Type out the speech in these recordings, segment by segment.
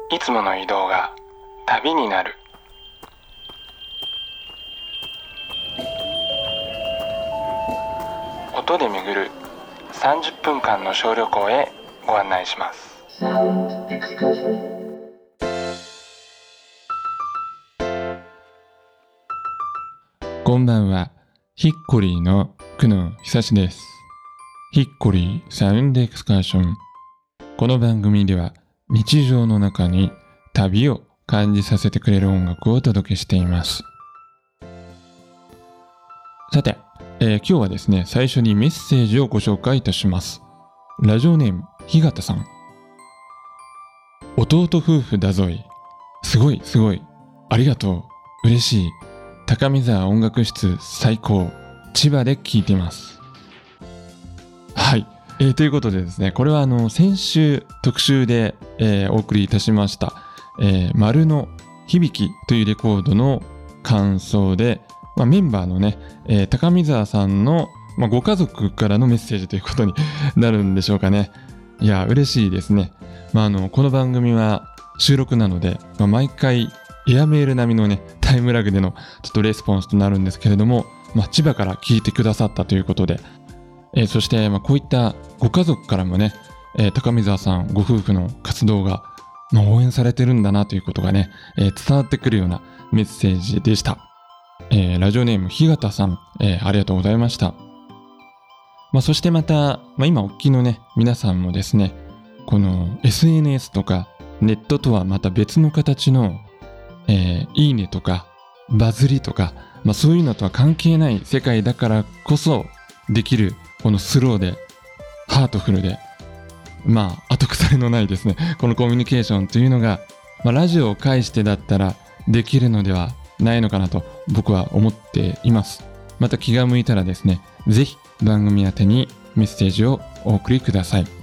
いつもの移動が旅になる。音で巡る30分間の小旅行へご案内します。こんばんは。ヒッコリーの久野久志です。ヒッコリーサウンドエクスカーション。この番組では日常の中に旅を感じさせてくれる音楽をお届けしています。さて、今日はですね、最初にメッセージをご紹介いたします。ラジオネーム日形さん。弟夫婦だぞい。すごいありがとう。嬉しい。高見沢音楽室最高。千葉で聴いています。はい、ということでですね、これは先週特集で、お送りいたしました、丸の響きというレコードの感想で、メンバーのね、高見沢さんの、ご家族からのメッセージということになるんでしょうかね。いや嬉しいですね。この番組は収録なので、毎回エアメール並みのねタイムラグでのちょっとレスポンスとなるんですけれども、千葉から聞いてくださったということで、そしてこういったご家族からもね、高見沢さんご夫婦の活動が、応援されてるんだなということがね、伝わってくるようなメッセージでした。ラジオネーム日形さん、ありがとうございました。そしてまた、今おっきのね皆さんもですね、この SNS とかネットとはまた別の形の、いいねとかバズりとか、そういうのとは関係ない世界だからこそできるこのスローでハートフルで後腐れのないですね、このコミュニケーションというのが、ラジオを介してだったらできるのではないのかなと僕は思っています。また気が向いたらですね、ぜひ番組宛てにメッセージをお送りください。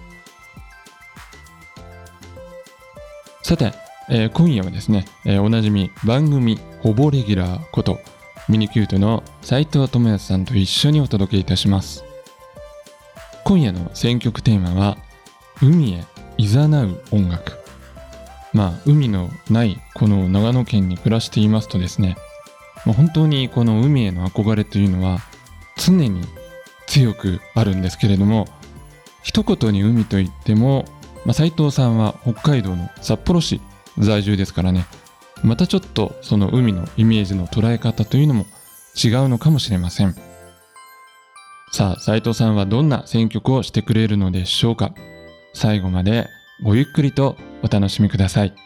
さて、今夜はですね、おなじみ番組ほぼレギュラーことミニキュートの斉藤智康さんと一緒にお届けいたします。今夜の選曲テーマは海へ誘う音楽。海のないこの長野県に暮らしていますとですね、本当にこの海への憧れというのは常に強くあるんですけれども、一言に海といっても、斉藤さんは北海道の札幌市在住ですからね、またちょっとその海のイメージの捉え方というのも違うのかもしれません。さあ、斉藤さんはどんな選曲をしてくれるのでしょうか。最後までごゆっくりとお楽しみください。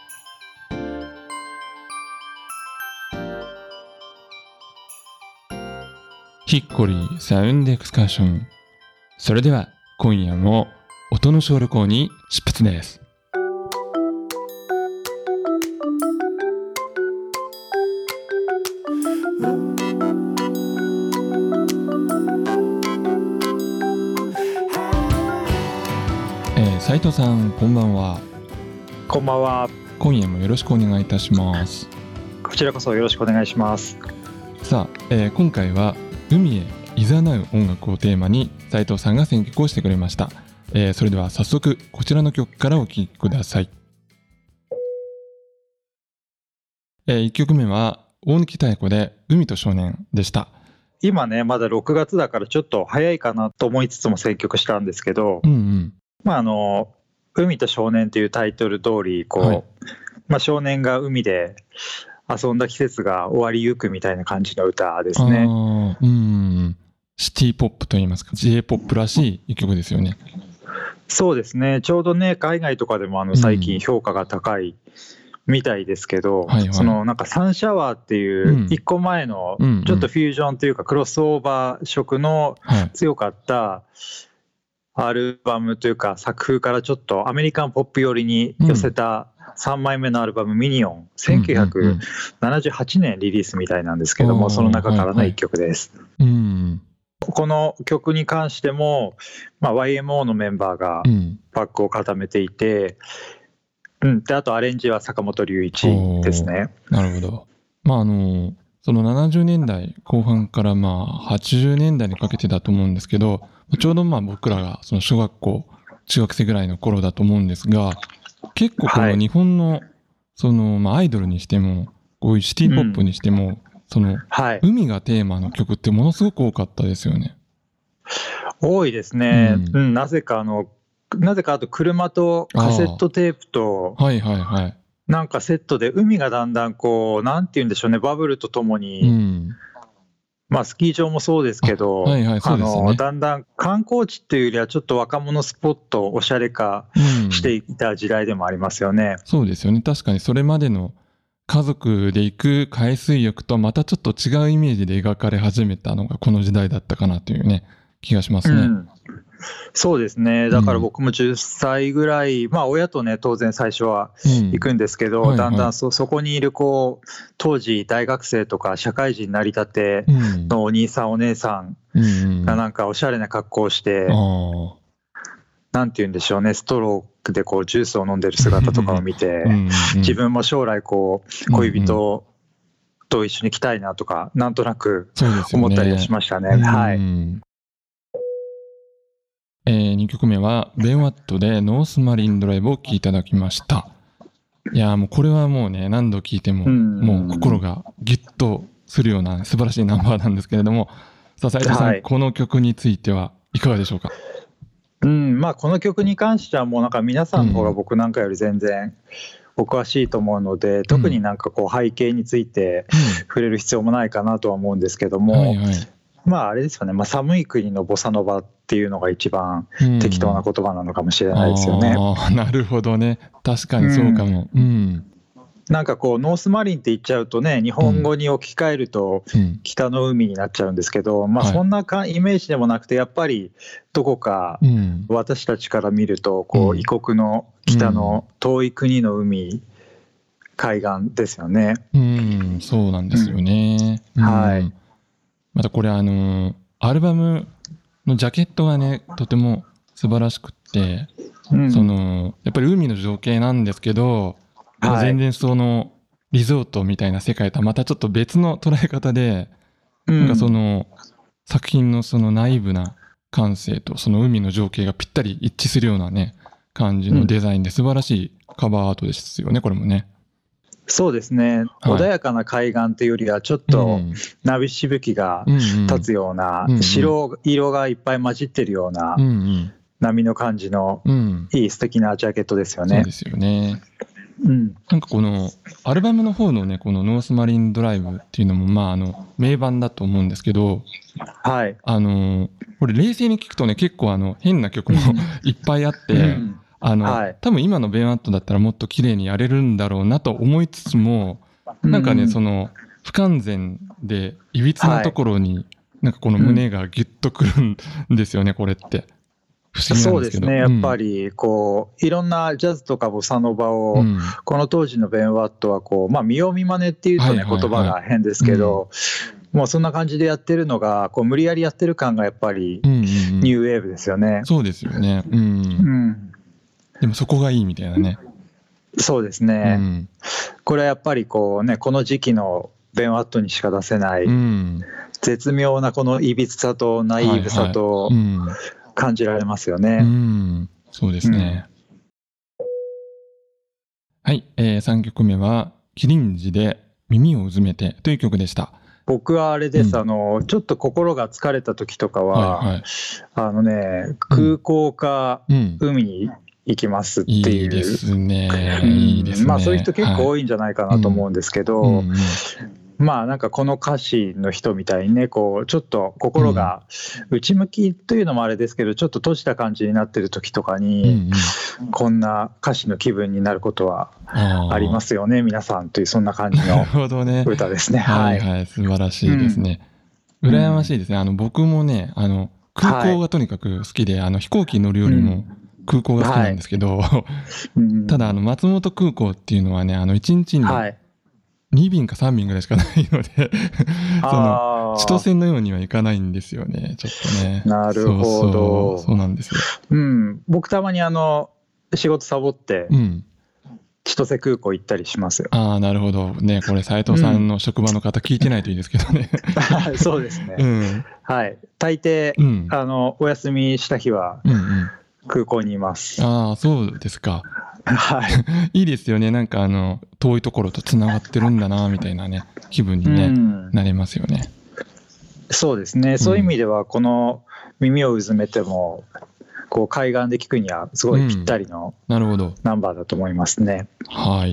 ヒッコリーサウンドエクスカーション。それでは今夜も音の小旅行に出発です。斉藤さん、こんばんは。 こんばんは。 今夜もよろしくお願いいたします。 こちらこそよろしくお願いします。 さあ、今回は海へ誘う音楽をテーマに斉藤さんが選曲をしてくれました。それでは早速こちらの曲からお聴きください。1曲目は大貫妙子で海と少年でした。 今ね、まだ6月だからちょっと早いかなと思いつつも選曲したんですけど、海と少年というタイトル通り少年が海で遊んだ季節が終わりゆくみたいな感じの歌ですね。 シティポップといいますか J-POP らしい一曲ですよね。 そうですね。ちょうどね、海外とかでも最近評価が高いみたいですけど、そのなんかサンシャワーっていう一個前のちょっとフュージョンというかクロスオーバー色の強かったアルバムというか作風からちょっとアメリカンポップ寄りに寄せた3枚目のアルバムミニオン、1978年リリースみたいなんですけども、その中からの一曲です。この曲に関しても、YMO のメンバーがバックを固めていて、であとアレンジは坂本龍一ですね。 なるほど。その70年代後半から80年代にかけてだと思うんですけど、ちょうど僕らがその小学校中学生ぐらいの頃だと思うんですが、 結構この日本の、その、アイドルにしても、こういうシティポップにしても、その、海がテーマの曲ってものすごく多かったですよね。 多いですね。なぜかあと車とカセットテープと、なんかセットで海がだんだんこう、なんて言うんでしょうね、バブルとともに、まあスキー場もそうですけど、だんだん観光地っていうよりはちょっと若者スポット、おしゃれ化していた時代でもありますよね。 そうですよね。確かにそれまでの家族で行く海水浴とまたちょっと違うイメージで描かれ始めたのがこの時代だったかなというね、気がしますね。 そうですね。だから僕も10歳ぐらい、まあ親とね、当然最初は行くんですけど、だんだんそこにいるこう、当時大学生とか社会人になりたてのお兄さんお姉さんがなんかおしゃれな格好をして、なんて言うんでしょうね、ストローでこうジュースを飲んでる姿とかを見て、自分も将来こう、恋人と一緒に来たいなとか、なんとなく思ったりはしましたね。はい。 2曲目はベンワットでノースマリンドライブを聴いていただきました。いやもうこれはもうね、何度聴いてももう心がギュッとするような素晴らしいナンバーなんですけれども、さあ斉藤さん、この曲についてはいかがでしょうか？ まあこの曲に関してはもうなんか皆さんの方が僕なんかより全然お詳しいと思うので、特になんかこう背景について触れる必要もないかなとは思うんですけども、まああれですよね、まあ、寒い国のボサノバっていうのが一番適当な言葉なのかもしれないですよね。 なるほどね、確かにそうかも。 なんかこうノースマリンって言っちゃうとね、日本語に置き換えると北の海になっちゃうんですけど、まあそんなイメージでもなくて、やっぱりどこか私たちから見るとこう異国の北の遠い国の海、海岸ですよね。 そうなんですよね。はい。またこれアルバムのジャケットがね、とても素晴らしくって、やっぱり海の情景なんですけど、全然そのリゾートみたいな世界とはまたちょっと別の捉え方で、なんかその作品のそのナイーブな感性とその海の情景がぴったり一致するようなね、感じのデザインで素晴らしいカバーアートですよね、これもね。 そうですね、穏やかな海岸というよりはちょっと波しぶきが立つような、白色がいっぱい混じってるような波の感じのいい素敵なジャケットですよね。 そうですよね。なんかこのアルバムの方のね、このノースマリンドライブっていうのもまあ名盤だと思うんですけど、これ冷静に聞くとね、結構変な曲もいっぱいあって、多分今のベンワットだったらもっと綺麗にやれるんだろうなと思いつつも、なんかね、その不完全でいびつなところになんかこの胸がギュッとくるんですよね、これって。不思議なんですけど。 そうですね、やっぱりこういろんなジャズとかボサノバを、この当時のベンワットはこう、まあ見よう見まねっていうとね、言葉が変ですけど、もうそんな感じでやってるのがこう無理やりやってる感がやっぱりニューウェーブですよね。 そうですよね。でもそこがいいみたいなね。 そうですね。これはやっぱりこうね、この時期のベンワットにしか出せない、絶妙なこのいびつさとナイーブさと感じられますよね。 そうですね。はい、3曲目はキリンジで耳をうずめてという曲でした。 僕はあれです、ちょっと心が疲れた時とかは、空港か海に行きますっていう、 いいですね、いいですね。 まあそういう人結構多いんじゃないかなと思うんですけど、まあなんかこの歌詞の人みたいにね、こうちょっと心が内向きというのもあれですけど、ちょっと閉じた感じになってる時とかに、こんな歌詞の気分になることはありますよね、皆さんという、そんな感じの歌ですね。 はいはい、素晴らしいですね。羨ましいですね。僕もね、空港がとにかく好きで、飛行機に乗るよりも空港が好きなんですけど、ただ松本空港っていうのはね、1日に2便か3便ぐらいしかないのでその千歳のようにはいかないんですよね、ちょっとね。 なるほど。 そうなんですよ。 僕たまに仕事サボって千歳空港行ったりしますよ。 なるほどね。これ斉藤さんの職場の方聞いてないといいですけどね。 そうですね。はい。大抵お休みした日は空港にいます。 そうですか。 はい、 いいですよね。なんか遠いところとつながってるんだなみたいなね気分に、ね、なれますよね。 そうですね。そういう意味ではこの耳をうずめてもこう海岸で聴くにはすごいぴったりのナンバーだと思いますね。 はい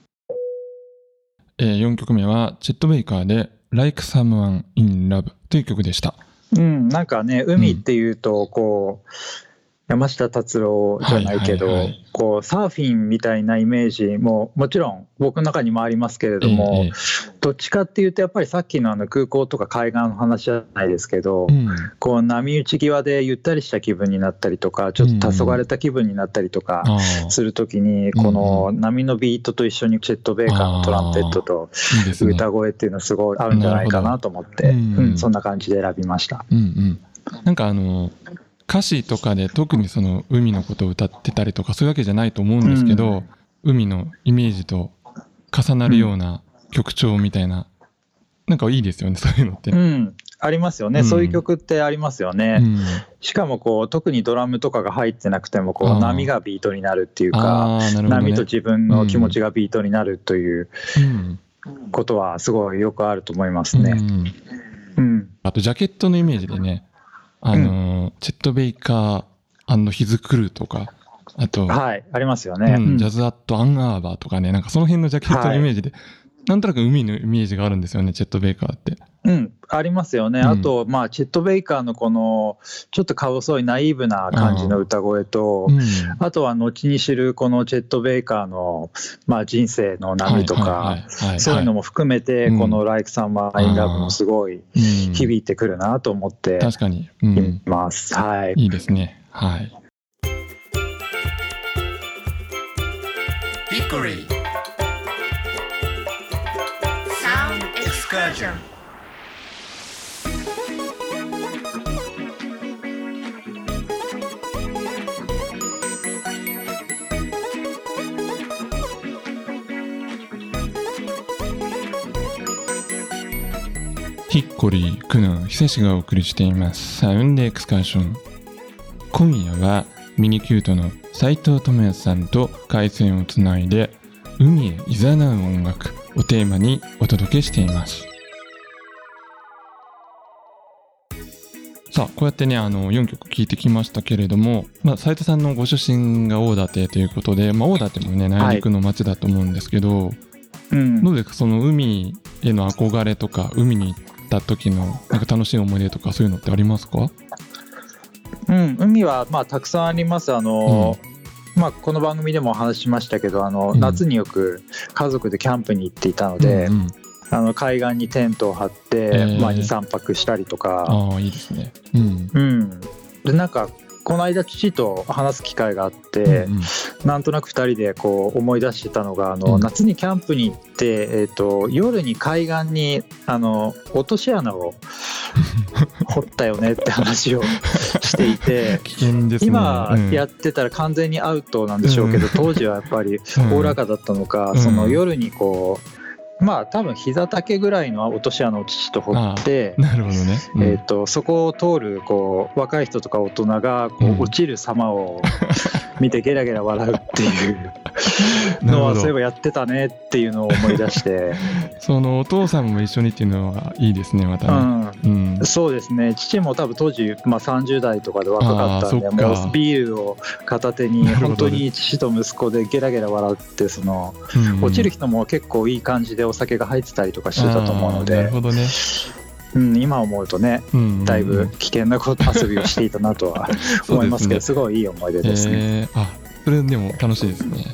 。4曲目はチェット・ベイカーで Like Someone in Love という曲でした。 なんかね、海っていうとこう、山下達郎じゃないけど、こうサーフィンみたいなイメージももちろん僕の中にもありますけれども、どっちかっていうとやっぱりさっきの空港とか海岸の話じゃないですけど、こう波打ち際でゆったりした気分になったりとか、ちょっと黄昏た気分になったりとかするときに、この波のビートと一緒にチェット・ベイカーのトランペットと歌声っていうのはすごい合うんじゃないかなと思って、そんな感じで選びました。 なんか歌詞とかで特にその海のことを歌ってたりとかそういうわけじゃないと思うんですけど、海のイメージと重なるような曲調みたいな、なんかいいですよね、そういうのって。 ありますよね、そういう曲ってありますよね。しかもこう特にドラムとかが入ってなくてもこう波がビートになるっていうか、波と自分の気持ちがビートになるということはすごいよくあると思いますね。 あとジャケットのイメージでね、チェット・ベイカー&ヒズ・クルーとか、あと、 ありますよね。 ジャズ・アット・アン・アーバーとかね、なんかその辺のジャケットのイメージで、なんとなく海のイメージがあるんですよね、チェット・ベイカーって。 ありますよね。あと、チェット・ベイカーのこのちょっとか細いナイーブな感じの歌声と、あとは後に知るこのチェット・ベイカーの、人生の波とか、そういうのも含めて、この Like Someone in Love もすごい響いてくるなと思っています。 いいですね。はい。ヒッコリーサウンドエクスカージョン。ヒッコリー、クナン、久しがお送りしていますサウンドエクスカーション。今夜はミニキュートの斉藤智也さんと回線をつないで海へ誘う音楽をテーマにお届けしています。さあこうやってね4曲聴いてきましたけれども、斉藤さんのご出身が大館ということで、大館もね内陸の町だと思うんですけど、どうですか、その海への憧れとか海に行った時のなんか楽しい思い出とかそういうのってありますか？ 海はたくさんあります。この番組でもお話ししましたけど夏によく家族でキャンプに行っていたので、海岸にテントを張って、2、3泊したりとか。 いいですね。 でなんかこの間父と話す機会があって、なんとなく2人でこう思い出してたのが夏にキャンプに行って、夜に海岸に落とし穴を掘ったよねって話をしていて危険ですね。 今やってたら完全にアウトなんでしょうけど、当時はやっぱりおおらかだったのか、その夜にこう多分膝丈ぐらいの落とし穴を父と掘って、 なるほどね。 そこを通るこう若い人とか大人がこう落ちる様を見てゲラゲラ笑うっていうのはそういえばやってたねっていうのを思い出してそのお父さんも一緒にっていうのはいいですね、またね。 そうですね。父も多分当時、30代とかで若かったんで、もうビールを片手に本当に父と息子でゲラゲラ笑って、落ちる人も結構いい感じでお酒が入ってたりとかしてたと思うので、 なるほどね。 今思うとね、だいぶ危険な遊びをしていたなとは思いますけど、すごいいい思い出ですね。 それでも楽しいですね。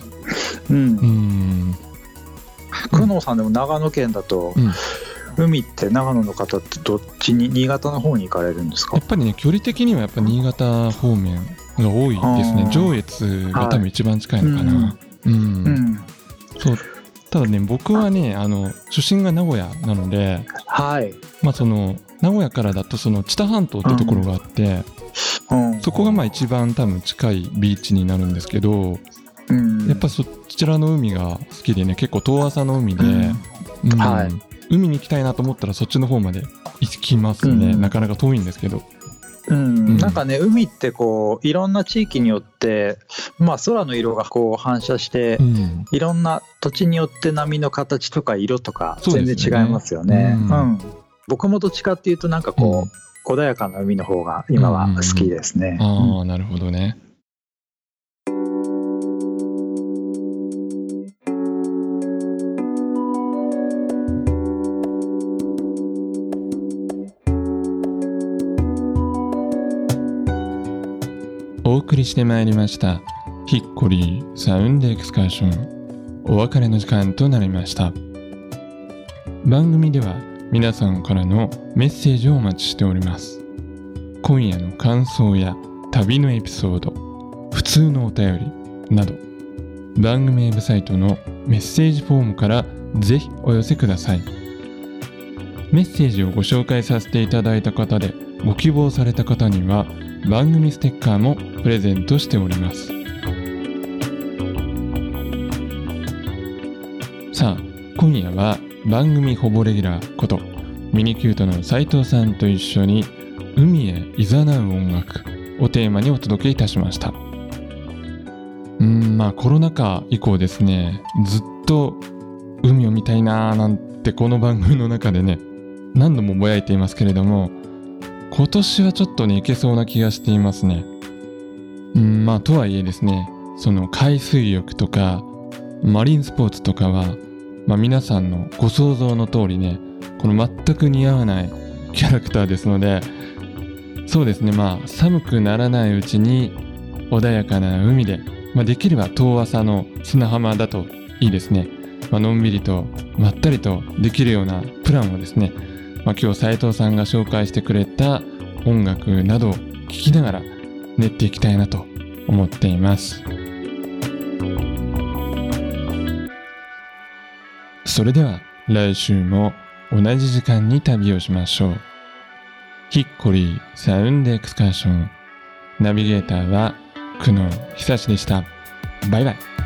久能さんでも長野県だと、海って長野の方ってどっちに、新潟の方に行かれるんですか？ やっぱりね、距離的にはやっぱ新潟方面が多いですね。上越が多分一番近いのかな。そう。ただね、僕はね出身が名古屋なので、その名古屋からだとその知多半島ってところがあって、そこが一番多分近いビーチになるんですけど、やっぱそちらの海が好きでね、結構遠浅の海で、海に行きたいなと思ったらそっちの方まで行きますね。なかなか遠いんですけど。 なんかね、海ってこういろんな地域によって、空の色がこう反射して、いろんな土地によって波の形とか色とか全然違いますよね。僕もどっちかっていうとなんかこう、穏やかな海の方が今は好きですね。 なるほどね。お送りしてまいりましたヒッコリーサウンドエクスカーション、お別れの時間となりました。番組では皆さんからのメッセージをお待ちしております。今夜の感想や旅のエピソード、普通のお便りなど、番組ウェブサイトのメッセージフォームからぜひお寄せください。メッセージをご紹介させていただいた方でご希望された方には番組ステッカーもプレゼントしております。さあ、今夜は番組ほぼレギュラーことミニキュートの斉藤さんと一緒に海へ誘う音楽をテーマにお届けいたしました。コロナ禍以降ですね、ずっと海を見たいなーなんてこの番組の中でね何度もぼやいていますけれども、今年はちょっとねいけそうな気がしていますね。とはいえですね、その海水浴とかマリンスポーツとかは、皆さんのご想像の通りね、この全く似合わないキャラクターですので、そうですね、寒くならないうちに穏やかな海で、できれば遠浅の砂浜だといいですね。のんびりとまったりとできるようなプランをですね、今日斉藤さんが紹介してくれた音楽などを聴きながら練っていきたいなと思っています。それでは来週も同じ時間に旅をしましょう。ヒッコリーサウンドエクスカーション、ナビゲーターは久野久志でした。バイバイ。